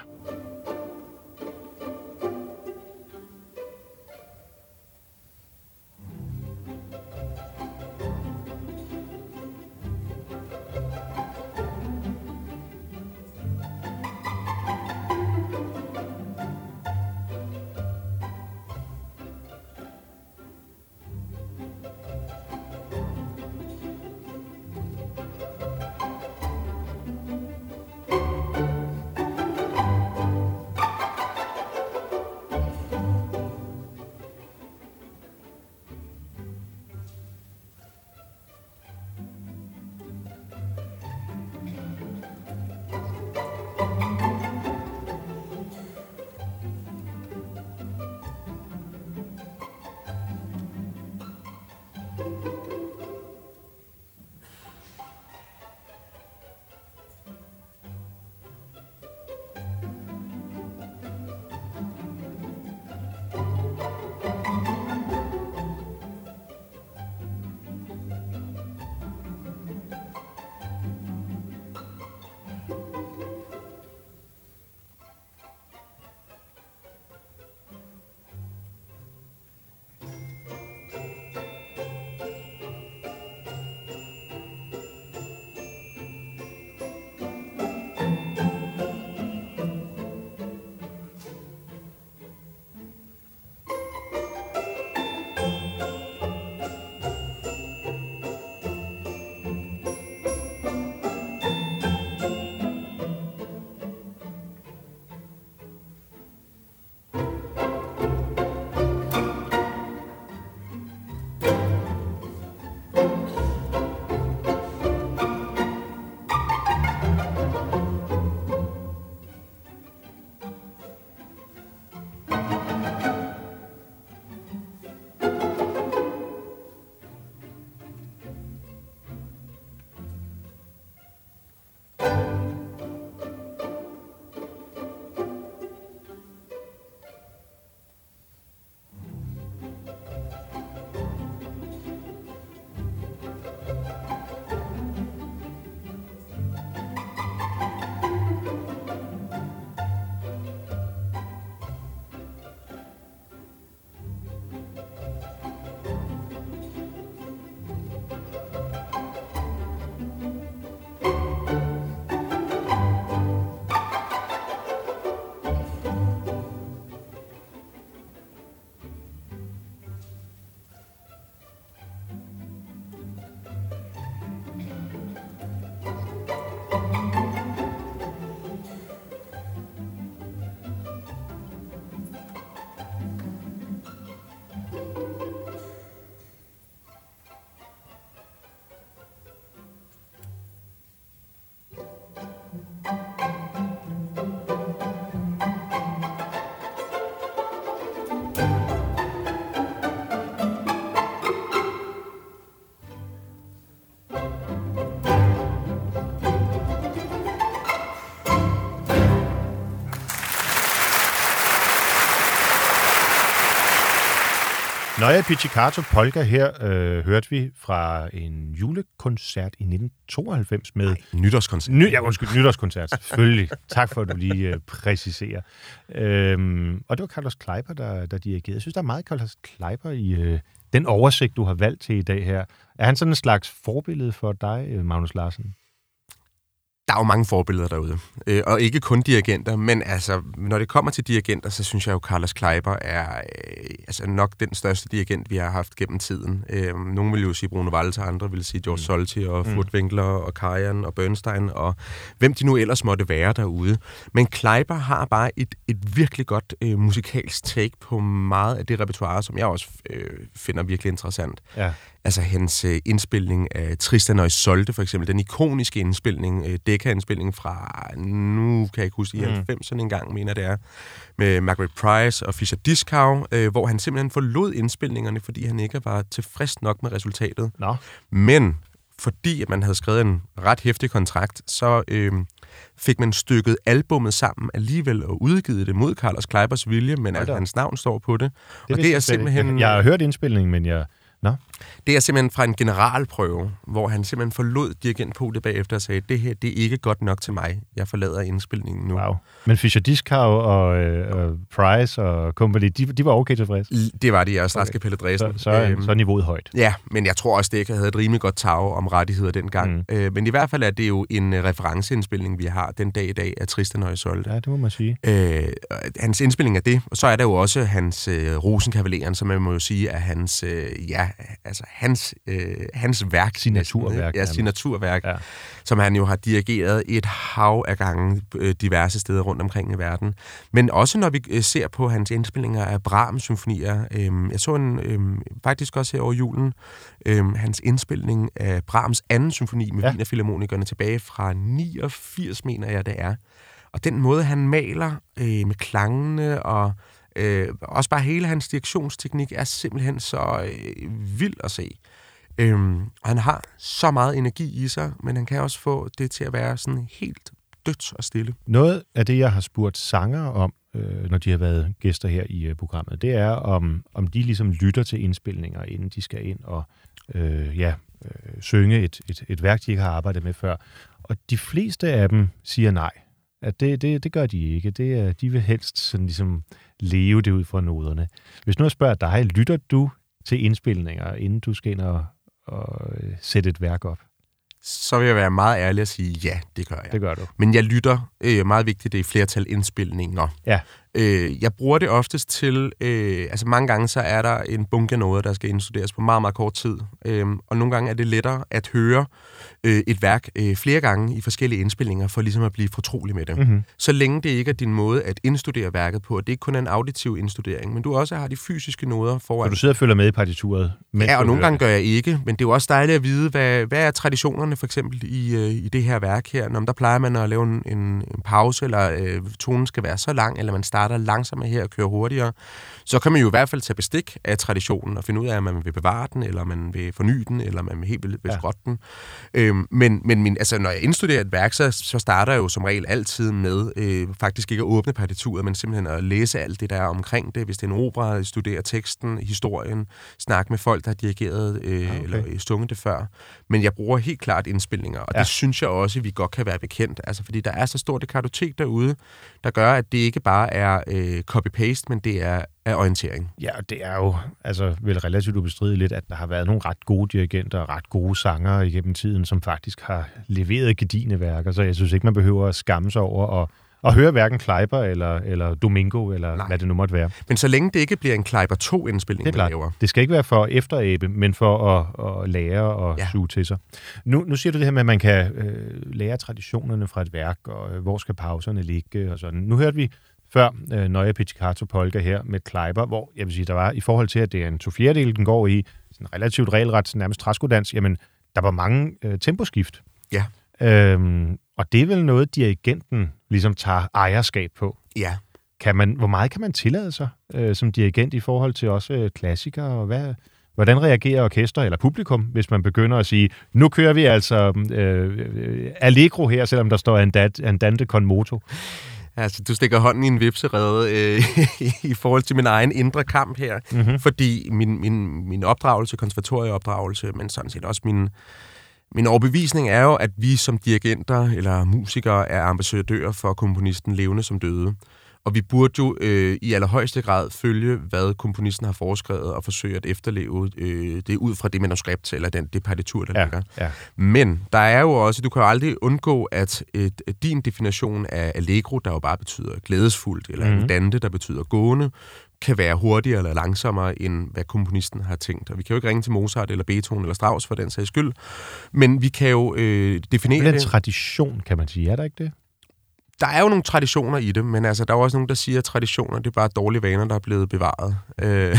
Neue Pizzicato Polka her øh, hørte vi fra en julekoncert i nitten tooghalvfems med... Nej, nytårskoncert. Ny, ja, undskyld, nytårskoncert, selvfølgelig. Tak for, at du lige øh, præciserer. Øhm, og det var Carlos Kleiber, der, der dirigerede. Jeg synes, der er meget Carlos Kleiber i øh, den oversigt, du har valgt til i dag her. Er han sådan en slags forbillede for dig, Magnus Larsen? Der er jo mange forbilleder derude, øh, og ikke kun dirigenter, men altså, når det kommer til dirigenter, så synes jeg jo, Carlos Kleiber er øh, altså nok den største dirigent, vi har haft gennem tiden. Øh, nogle vil jo sige Bruno Walter, andre vil sige George Solti og mm. Furtwängler og Karajan og Bernstein, og hvem de nu ellers måtte være derude. Men Kleiber har bare et, et virkelig godt øh, musikalsk take på meget af det repertoire, som jeg også øh, finder virkelig interessant. Ja. Altså hans øh, indspilning af Tristan og Isolde, for eksempel. Den ikoniske indspilning, øh, Decca-indspilning fra, nu kan jeg ikke huske, i mm. halvfemserne en gang, mener det er, med Margaret Price og Fischer Dieskau, øh, hvor han simpelthen forlod indspilningerne, fordi han ikke var tilfreds nok med resultatet. Nå. Men fordi at man havde skrevet en ret heftig kontrakt, så øh, fik man stykket albummet sammen alligevel og udgivet det mod Carlos Kleibers vilje, men at hans navn står på det. det og det er simpelthen... Jeg, jeg har hørt indspilningen, men jeg... Nå. Det er simpelthen fra en generalprøve, hvor han simpelthen forlod dirigentpodiet bagefter og sagde, det her, det er ikke godt nok til mig. Jeg forlader indspilningen nu. Wow. Men Fischer Dieskau og øh, Price og company, de, de var okay tilfredse? Det var de, og Stratskapelle Dresden. Så, så, øhm, så er niveauet højt. Ja, men jeg tror også, det ikke havde et rimelig godt tag om rettigheder dengang. Mm. Øh, men i hvert fald er det jo en referenceindspilning, vi har den dag i dag af Tristan og Isolde. Ja, det må man sige. Øh, hans indspilning af det, og så er der jo også hans øh, Rosenkavaleren, som man må jo sige er hans, øh, ja, altså hans, øh, hans værk. Signaturværk. Ja, signaturværk, ja. Som han jo har dirigeret et hav af gange øh, diverse steder rundt omkring i verden. Men også når vi øh, ser på hans indspillinger af Brahms-symfonier. Øh, jeg så en, øh, faktisk også her over julen, øh, hans indspilning af Brahms anden symfoni med ja. Wienerfilharmonikerne tilbage fra niogfirs, mener jeg det er. Og den måde, han maler øh, med klangene og Øh, også bare hele hans direktionsteknik er simpelthen så øh, vild at se. Øhm, og han har så meget energi i sig, men han kan også få det til at være sådan helt dødt og stille. Noget af det, jeg har spurgt sangere om, øh, når de har været gæster her i øh, programmet, det er, om, om de ligesom lytter til indspilninger, inden de skal ind og øh, ja, øh, synge et, et, et værk, de ikke har arbejdet med før. Og de fleste af dem siger nej. At det, det, det gør de ikke. Det er, de vil helst sådan ligesom leve det ud fra noderne. Hvis nu jeg spørger dig, lytter du til indspilninger, inden du skal ind og, og sætte et værk op? Så vil jeg være meget ærlig og sige, ja, det gør jeg. Det gør du. Men jeg lytter, øh, meget vigtigt, det er flertal indspilninger. Ja. Øh, jeg bruger det oftest til, øh, altså mange gange så er der en bunke af noget, der skal indstuderes på meget, meget kort tid. Øh, og nogle gange er det lettere at høre øh, et værk øh, flere gange i forskellige indspilninger, for ligesom at blive fortrolig med det. Mm-hmm. Så længe det ikke er din måde at indstudere værket på, og det ikke kun er en auditiv indstudering, men du også har de fysiske noder foran. Så du sidder og følger med i partituret? Ja, og nogle gange gør jeg ikke, men det er jo også dejligt at vide, hvad, hvad er traditionerne for eksempel i, øh, i det her værk her. Når der plejer man at lave en, en, en pause, eller øh, tonen skal være så lang, eller man starter langsommere her og kører hurtigere, så kan man jo i hvert fald tage bestik af traditionen og finde ud af, om man vil bevare den, eller man vil forny den, eller man vil helt vil, vil skrotte den. Øhm, men men min, altså, når jeg indstuderer et værk, så, så starter jeg jo som regel altid med øh, faktisk ikke at åbne partituret, men simpelthen at læse alt det, der er omkring det. Hvis det er en opera, studere teksten, historien, snakke med folk, der har dirigeret øh, okay. eller sunget det før. Men jeg bruger helt klart indspilninger, og ja. det synes jeg også, vi godt kan være bekendt. Altså, fordi der er så stort et kartotek derude, der gør, at det ikke bare er øh, copy-paste, men det er, er orientering. Ja, og det er jo altså vel relativt ubestrideligt, at der har været nogle ret gode dirigenter og ret gode sangere igennem tiden, som faktisk har leveret gedigne værker, så jeg synes ikke, man behøver at skamme sig over at, at høre hverken Kleiber eller, eller Domingo, eller Nej. hvad det nu måtte være. Men så længe det ikke bliver en Kleiber to-indspilning, det er klart. laver. Det skal ikke være for efteræbe, men for at, at lære og ja. suge til sig. Nu, nu siger du det her med, at man kan øh, lære traditionerne fra et værk, og øh, hvor skal pauserne ligge og sådan. Nu hørte vi før øh, Neue Pizzicato Polka her med Kleiber, hvor jeg vil sige, der var i forhold til, at det er en to fjerdedel, den går i sådan relativt regelret, nærmest træskodans, jamen, der var mange øh, temposkift. Ja. Øhm, og det er vel noget, dirigenten ligesom tager ejerskab på. Ja. Kan man, hvor meget kan man tillade sig øh, som dirigent i forhold til også øh, klassikere, og hvad, hvordan reagerer orkester eller publikum, hvis man begynder at sige, nu kører vi altså øh, Allegro her, selvom der står Andante con moto? Altså, du stikker hånden i en vipserede øh, i forhold til min egen indre kamp her, mm-hmm. fordi min, min, min opdragelse, konservatorieopdragelse, men sådan set også min, min overbevisning er jo, at vi som dirigenter eller musikere er ambassadører for komponisten levende som døde. Og vi burde jo øh, i allerhøjeste grad følge, hvad komponisten har foreskrevet, og forsøge at efterleve øh, det ud fra det manuskript, eller den, det partitur, der ja, ligger. Ja. Men der er jo også, du kan jo aldrig undgå, at et, et, din definition af allegro, der jo bare betyder glædesfuldt, eller mm-hmm. andante, der betyder gående, kan være hurtigere eller langsommere, end hvad komponisten har tænkt. Og vi kan jo ikke ringe til Mozart eller Beethoven eller Strauss for den sags skyld, men vi kan jo øh, definere det. Det er en tradition, kan man sige. Er der ikke det? Der er jo nogle traditioner i det, men altså, der er også nogen, der siger, at traditioner, det er bare dårlige vaner, der er blevet bevaret. Øh.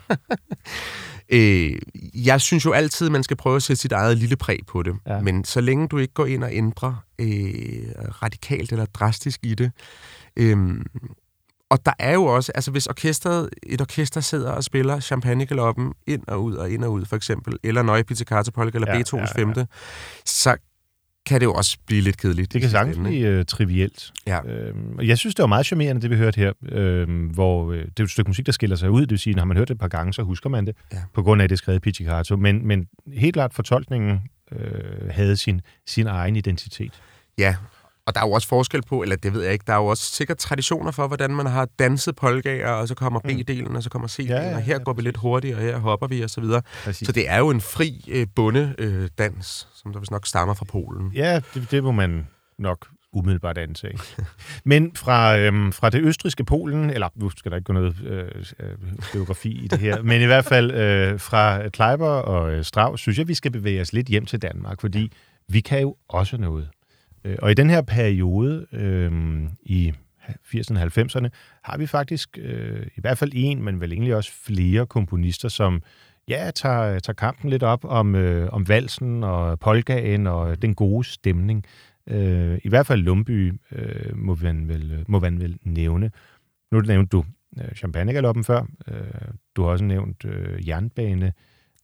øh, jeg synes jo altid, man skal prøve at sætte sit eget lille præg på det. Ja. Men så længe du ikke går ind og ændrer øh, radikalt eller drastisk i det. Øh, og der er jo også, altså hvis orkestret, et orkester sidder og spiller Champagnegaloppen ind og ud og ind og ud, for eksempel, eller Neue Pizzicato Polka eller ja, Beethovens ja, ja. femte, så kan det jo også blive lidt kedeligt. Det kan sagtens blive uh, trivielt. Ja. Øhm, jeg synes, det var meget charmerende, det vi hørte her, øhm, hvor øh, det er et stykke musik, der skiller sig ud. Det vil sige, når man hørt det et par gange, så husker man det, ja. på grund af, at det er skrevet Pizzicato. Men, men helt klart, fortolkningen øh, havde sin, sin egen identitet. Ja, og der er jo også forskel på, eller det ved jeg ikke, der er jo også sikkert traditioner for, hvordan man har danset polkaer, og så kommer B-delen, og så kommer C-delen, ja, ja, ja, og her går vi lidt hurtigere, og her hopper vi, og så videre. Præcis. Så det er jo en fri øh, bondedans, øh, dans, som der vist nok stammer fra Polen. Ja, det, det må man nok umiddelbart antage. Men fra, øhm, fra det østrigske Polen, eller nu skal der ikke gå noget øh, geografi i det her, men i hvert fald øh, fra Kleiber og Strauss, synes jeg, vi skal bevæge os lidt hjem til Danmark, fordi vi kan jo også noget. Og i den her periode, øh, i firserne og halvfemserne, har vi faktisk øh, i hvert fald en, men vel egentlig også flere komponister, som ja, tager, tager kampen lidt op om, øh, om valsen og polkaen og den gode stemning. Øh, I hvert fald Lumbye øh, må, man vel, må man vel nævne. Nu nævnte du øh, Champagnegaloppen før. Øh, du har også nævnt øh, Jernbane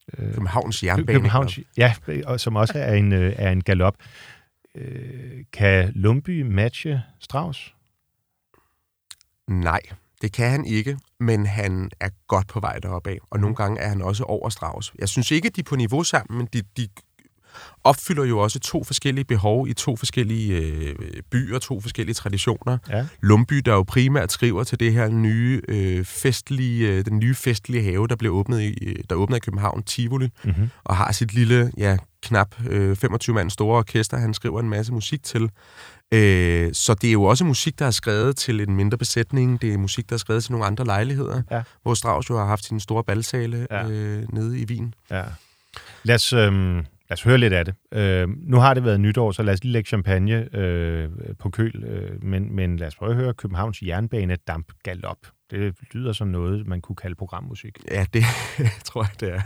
Øh, Københavns Jernbane. Københavns, ja, og som også er en, øh, er en galop. Øh, kan Lumbye matche Strauss? Nej, det kan han ikke, men han er godt på vej deroppe af, og nogle gange er han også over Strauss. Jeg synes ikke, de er på niveau sammen, men de, de opfylder jo også to forskellige behov i to forskellige øh, byer, to forskellige traditioner. Ja. Lumbye, der jo primært skriver til det her nye øh, festlige, øh, den nye festlige have, der blev åbnet i, der åbner i København, Tivoli, mm-hmm. og har sit lille, ja, knap øh, femogtyve mand store orkester, han skriver en masse musik til. Øh, så det er jo også musik, der er skrevet til en mindre besætning. Det er musik, der er skrevet til nogle andre lejligheder, ja. Hvor Strauss jo har haft sin store balsale ja. øh, nede i Wien. Ja. Lad os, øh, lad os høre lidt af det. Øh, nu har det været nytår, så lad os lige lægge champagne øh, på køl, øh, men, men lad os prøve at høre Københavns Jernbane Damp Galop. Det lyder som noget, man kunne kalde programmusik. Ja, det tror jeg, det er.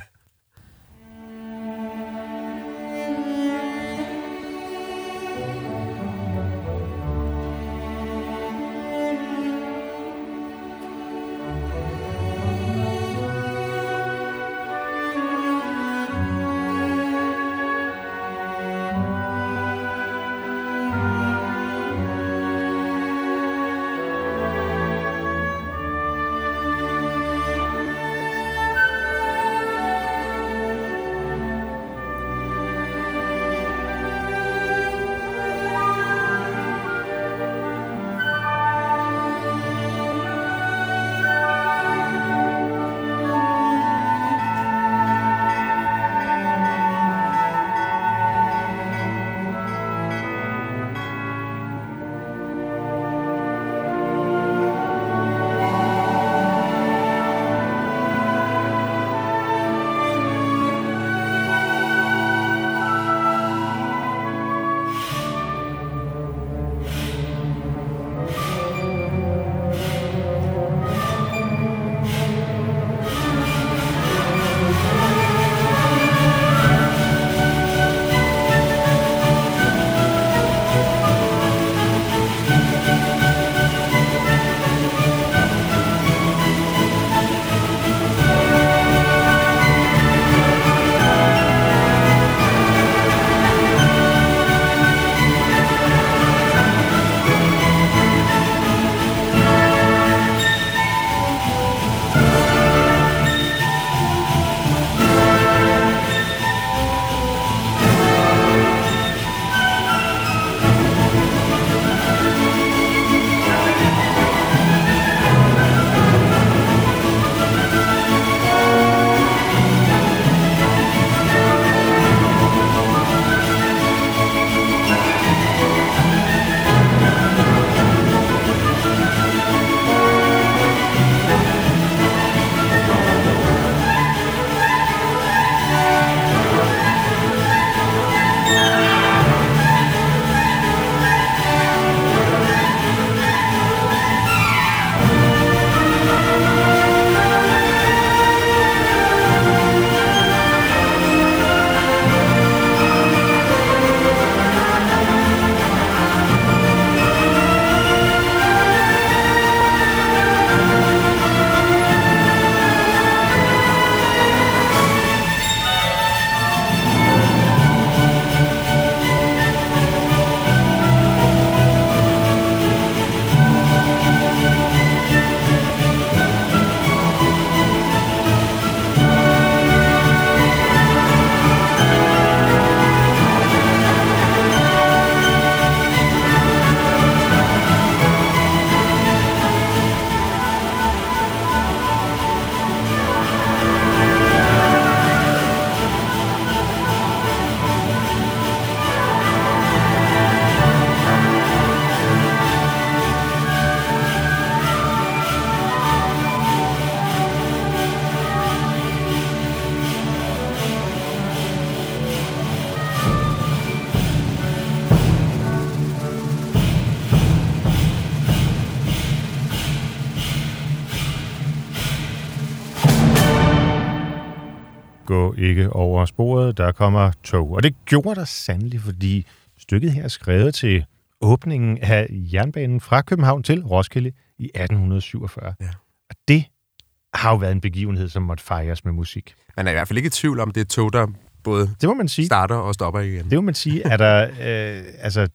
gå ikke over sporet, der kommer tog. Og det gjorde der sandelig, fordi stykket her er skrevet til åbningen af jernbanen fra København til Roskilde i atten syvogfyrre. Ja. Og det har jo været en begivenhed, som måtte fejres med musik. Man er i hvert fald ikke i tvivl om, det er et tog, der både det må man sige. starter og stopper igen. Det må man sige. Er der, øh, altså,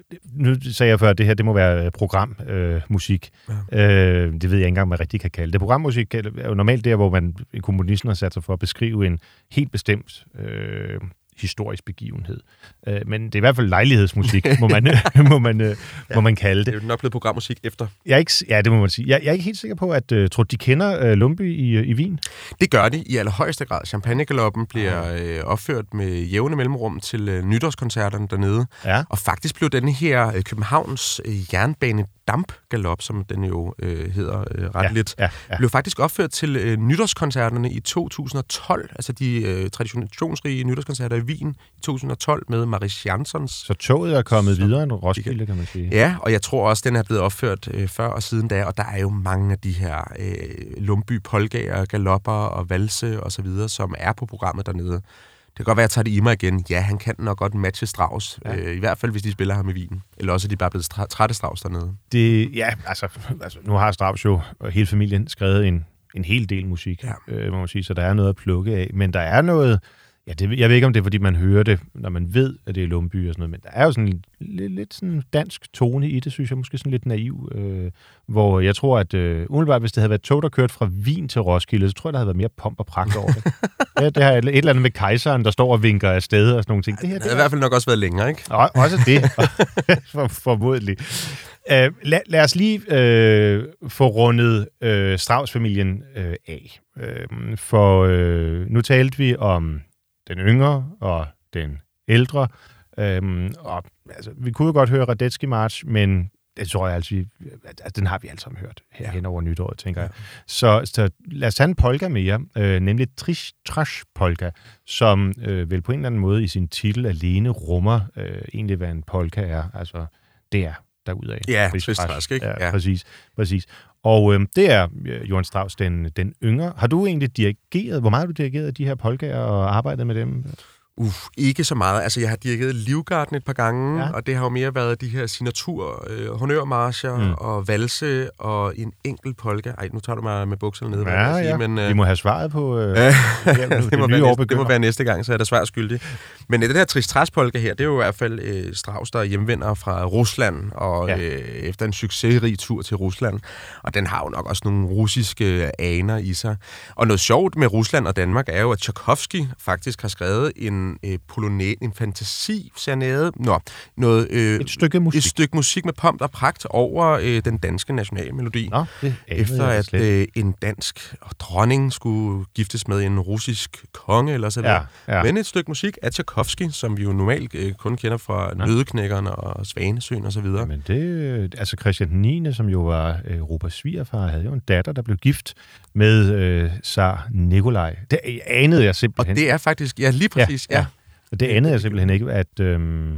nu sagde jeg før, at det her det må være programmusik. Øh, musik. ja. øh, det ved jeg ikke engang, hvad man rigtig kan kalde det. Programmusik er jo normalt der, hvor man komponisten har sat sig for at beskrive en helt bestemt øh, historisk begivenhed. Øh, men det er i hvert fald lejlighedsmusik, må man, må man, øh, ja, må man kalde det. Det er jo nok blevet programmusik efter. Jeg er ikke, ja, det må man sige. Jeg, jeg er ikke helt sikker på, at uh, tror de kender uh, Lumbye i, i Wien? Det gør de i allerhøjeste grad. Champagnegaloppen bliver øh, opført med jævne mellemrum til øh, nytårskoncerterne dernede. Ja. Og faktisk blev denne her øh, Københavns øh, jernbane dampgalop, som den jo øh, hedder øh, ret ja, lidt, ja, ja. blev faktisk opført til øh, nytårskoncerterne i to tusind og tolv, altså de øh, traditionsrige nytårskoncerter i Wien i to tusind og tolv med Maris Jansons. Så toget er kommet så, videre end Roskilde, kan man sige. Ja, og jeg tror også, den er blevet opført øh, før og siden da, og der er jo mange af de her øh, Lumbye polkaer, galopper og valse og så videre, som er på programmet dernede. Det kan godt være, at jeg tager det i mig igen. Ja, han kan nok godt matche Strauss. Ja. Øh, I hvert fald, hvis de spiller ham i Wien. Eller også er de bare blevet trætte Strauss dernede. Det, ja, altså, altså, nu har Strauss jo og hele familien skrevet en, en hel del musik, ja. øh, må man sige, så der er noget at plukke af. Men der er noget, ja, det, jeg ved ikke, om det er, fordi man hører det, når man ved, at det er Lumbye og sådan noget, men der er jo sådan lidt, lidt sådan dansk tone i det, synes jeg, måske sådan lidt naiv, øh, hvor jeg tror, at øh, umiddelbart, hvis det havde været tog, der kørt fra Wien til Roskilde, så tror jeg, der havde været mere pomp og pragt over det. det, det har et eller andet med kejseren, der står og vinker af sted og sådan nogle ting. Det, her, det, det har i hvert fald nok også været længere, ikke? Og, også det, for, formodentlig. Uh, lad, lad os lige uh, få rundet uh, Strauss-familien uh, af. Uh, for uh, nu talte vi om den yngre og den ældre. Øhm, og, altså, vi kunne jo godt høre Radetzky March, men det tror jeg altså, at den har vi alle sammen hørt her ja. hen over nytåret, tænker ja. jeg. Så, så lad os tage en polka mere, øh, nemlig Trish Trash polka, som øh, vel på en eller anden måde i sin titel alene rummer øh, egentlig, hvad en polka er. Altså, det er derudad. Ja, Trish Trash, ikke? Ja, ja. Præcis, præcis. Og øh, det er øh, Johann Strauss, den, den yngre. Har du egentlig dirigeret, hvor meget har du dirigeret de her polkaer og arbejdet med dem? Uff, ikke så meget. Altså, jeg har dirigeret Livgarden et par gange, ja. og det har jo mere været de her signatur, øh, honørmarscher mm. og valse og en enkelt polka. Ej, nu tager du mig med bukserne ned. Ja, ja. Sige, men, øh, vi må have svaret på øh, ja, det, det, må være næste, det må være næste gang, så er der svært skyldig. Men øh, det der Trish-Trash-polka her, det er jo i hvert fald øh, Strauss, der hjemvender fra Rusland, og ja. øh, efter en succesrig tur til Rusland. Og den har jo nok også nogle russiske aner i sig. Og noget sjovt med Rusland og Danmark er jo, at Tchaikovsky faktisk har skrevet en Øh, polonaise, en fantasi, serenade, Nå, noget, øh, et stykke musik. Et stykke musik med pomp og pragt over øh, den danske nationalmelodi. Nå, det efter at øh, en dansk dronning skulle giftes med en russisk konge eller sådan noget. Ja, ja. Men et stykke musik af Tchaikovsky, som vi jo normalt øh, kun kender fra ja. Nøddeknækkerne og Svanesøen og så videre. Men det, altså Christian den niende, som jo var øh, Europas svigerfar, havde jo en datter, der blev gift med øh, Tsar Nikolaj. Det anede jeg simpelthen. Og det er faktisk, ja, lige præcis, ja. ja. Og det anede jeg simpelthen ikke, at, øhm,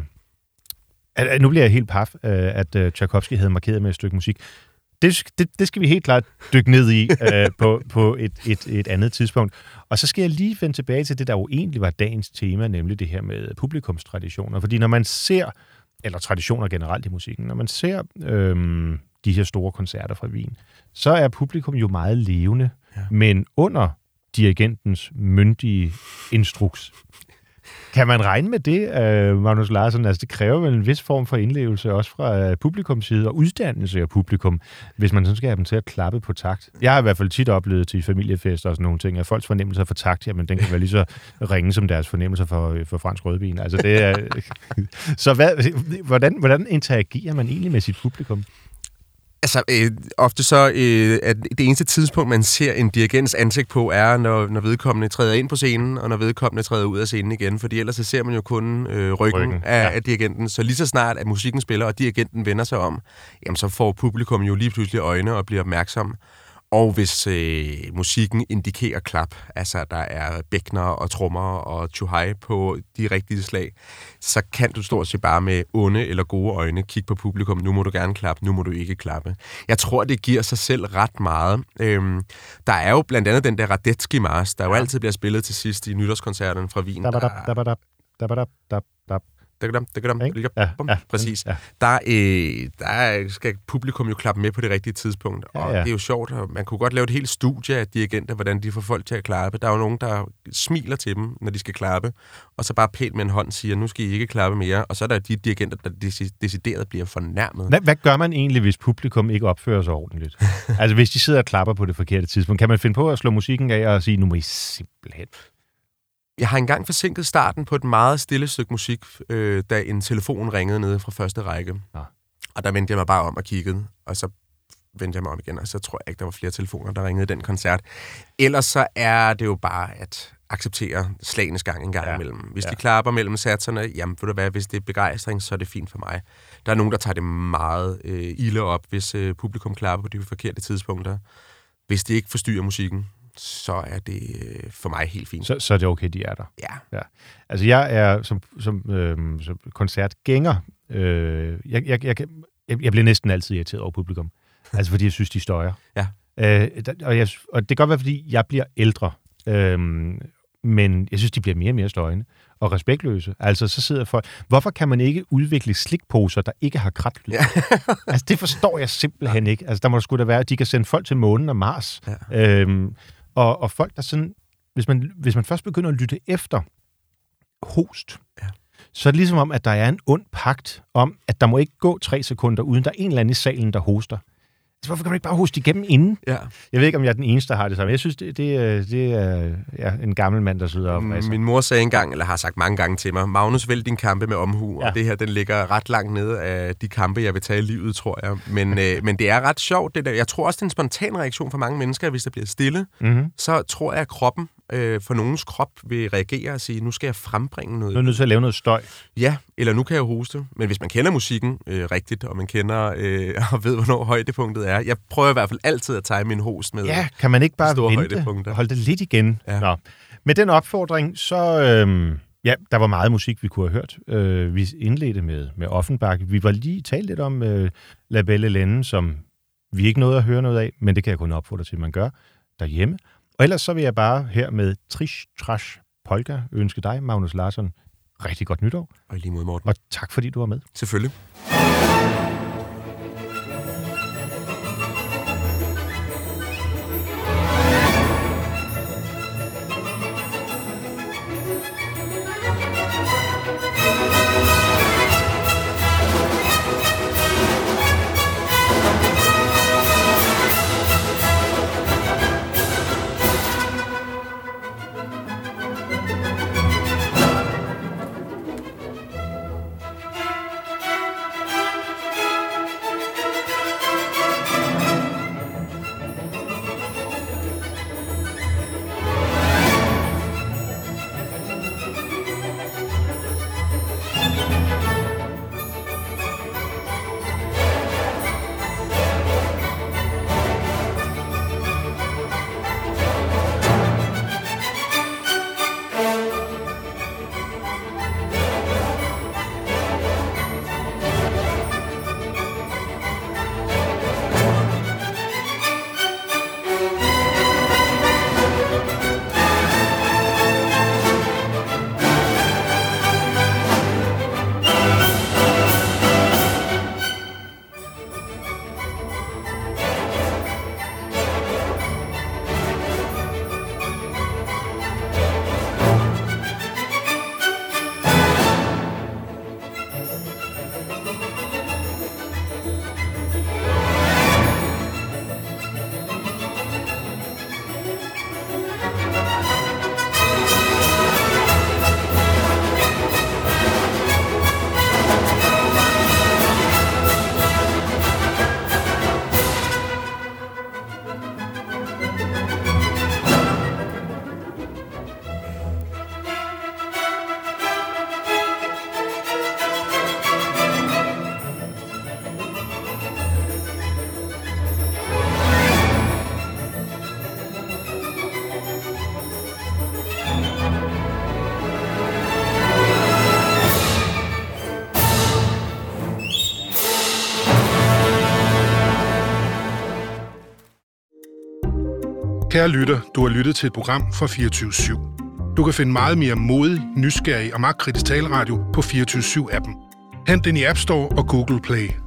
at, at nu bliver jeg helt paf, øh, at øh, Tchaikovsky havde markeret med et stykke musik. Det, det, det skal vi helt klart dykke ned i øh, på, på et, et, et andet tidspunkt. Og så skal jeg lige vende tilbage til det, der jo egentlig var dagens tema, nemlig det her med publikumstraditioner. Fordi når man ser, eller traditioner generelt i musikken, når man ser øhm, de her store koncerter fra Wien, så er publikum jo meget levende, ja. men under dirigentens myndige instruks. Kan man regne med det, uh, Magnus Larsson? Altså, det kræver vel en vis form for indlevelse også fra uh, publikums side og uddannelse af publikum, hvis man sådan skal have dem til at klappe på takt. Jeg har i hvert fald tit oplevet til familiefester og sådan nogle ting, at folks fornemmelser for takt, jamen, den kan være lige så ringe som deres fornemmelser for, for fransk rødvin. Altså, det er... Så hvad, hvordan, hvordan interagerer man egentlig med sit publikum? Altså, øh, ofte så, øh, at det eneste tidspunkt, man ser en dirigents ansigt på, er, når, når vedkommende træder ind på scenen, og når vedkommende træder ud af scenen igen, fordi ellers så ser man jo kun øh, ryggen, ryggen. Af, ja. af dirigenten. Så lige så snart, at musikken spiller, og dirigenten vender sig om, jamen så får publikum jo lige pludselig øjne og bliver opmærksom. Og hvis øh, musikken indikerer klap, altså der er bækkener og trommer og tjuhej på de rigtige slag, så kan du stort set bare med onde eller gode øjne kigge på publikum. Nu må du gerne klappe, nu må du ikke klappe. Jeg tror, det giver sig selv ret meget. Øhm, der er jo blandt andet den der Radetzky March, der jo altid bliver spillet til sidst i nytårskoncerten fra Wien. det det ja, ja, præcis. Ja. Der, øh, der skal publikum jo klappe med på det rigtige tidspunkt, og ja, ja. det er jo sjovt, og man kunne godt lave et helt studie af dirigenter, hvordan de får folk til at klappe. Der er jo nogen, der smiler til dem, når de skal klappe, og så bare pænt med en hånd siger, nu skal I ikke klappe mere, og så er der de dirigenter, der decideret bliver fornærmet. Hvad, hvad gør man egentlig, hvis publikum ikke opfører sig ordentligt? Altså, hvis de sidder og klapper på det forkerte tidspunkt, kan man finde på at slå musikken af og sige, nu må I simpelthen... Jeg har engang forsinket starten på et meget stille stykke musik, øh, da en telefon ringede nede fra første række. Ja. Og der vendte jeg mig bare om og kiggede, og så vendte jeg mig om igen, og så tror jeg ikke, der var flere telefoner, der ringede i den koncert. Ellers så er det jo bare at acceptere slagenes gang en gang ja. imellem. Hvis ja. de klapper mellem satserne, jamen ved du hvad, hvis det er begejstring, så er det fint for mig. Der er nogen, der tager det meget øh, ilde op, hvis øh, publikum klapper på de forkerte tidspunkter. Hvis det ikke forstyrrer musikken, så er det øh, for mig helt fint. Så, så er det okay, de er der? Ja. ja. Altså, jeg er som, som, øh, som koncertgænger, øh, jeg, jeg, jeg, jeg bliver næsten altid irriteret over publikum. Altså, fordi jeg synes, de støjer. Ja. Øh, og, jeg, og det kan godt være, fordi jeg bliver ældre, øh, men jeg synes, de bliver mere og mere støjende og respektløse. Altså, så sidder folk... Hvorfor kan man ikke udvikle slikposer, der ikke har kratlyd? Ja. Altså, det forstår jeg simpelthen ikke. Altså, der må sgu da være, at de kan sende folk til månen og Mars. Ja. Øhm, og, og folk, der sådan... Hvis man, hvis man først begynder at lytte efter host, ja. så er det ligesom om, at der er en ond pagt om, at der må ikke gå tre sekunder, uden der er en eller anden i salen, der hoster. Så hvorfor kan du ikke bare hoste igennem inden? Ja. Jeg ved ikke, om jeg er den eneste, der har det samme. Jeg synes, det, det, det er ja, en gammel mand, der sidder op. Min mor sagde engang, eller har sagt mange gange til mig, Magnus, vælg din kampe med omhu, ja. og det her, den ligger ret langt nede af de kampe, jeg vil tage i livet, tror jeg. Men, øh, men det er ret sjovt. Det der. Jeg tror også, det er en spontan reaktion for mange mennesker, hvis der bliver stille. Mm-hmm. Så tror jeg, at kroppen, øh, for nogens krop, vil reagere og sige, nu skal jeg frembringe noget. Nu er nødt til at lave noget støj. Ja, eller nu kan jeg hoste. Men hvis man kender musikken øh, rigtigt, og man kender øh, og ved, hvornår højdepunktet er. Jeg prøver i hvert fald altid at tage min host med. Ja, kan man ikke bare vente? Hold det lidt igen. Ja. Nå. Med den opfordring, så... Øh, ja, der var meget musik, vi kunne have hørt. Øh, vi indledte med, med Offenbach. Vi var lige talt lidt om øh, La Belle Hélène, som vi ikke nåede at høre noget af, men det kan jeg kun opfordre til, at man gør derhjemme. Og ellers så vil jeg bare her med Trish Trash Polka ønske dig, Magnus Larsson, rigtig godt nytår. Og lige mod Morten. Og tak fordi du var med. Selvfølgelig. Kære lytter, du har lyttet til et program fra fireogtyve syv. Du kan finde meget mere modig, nysgerrig og magtkritisk taleradio på fireogtyve syv appen. Hent den i App Store og Google Play.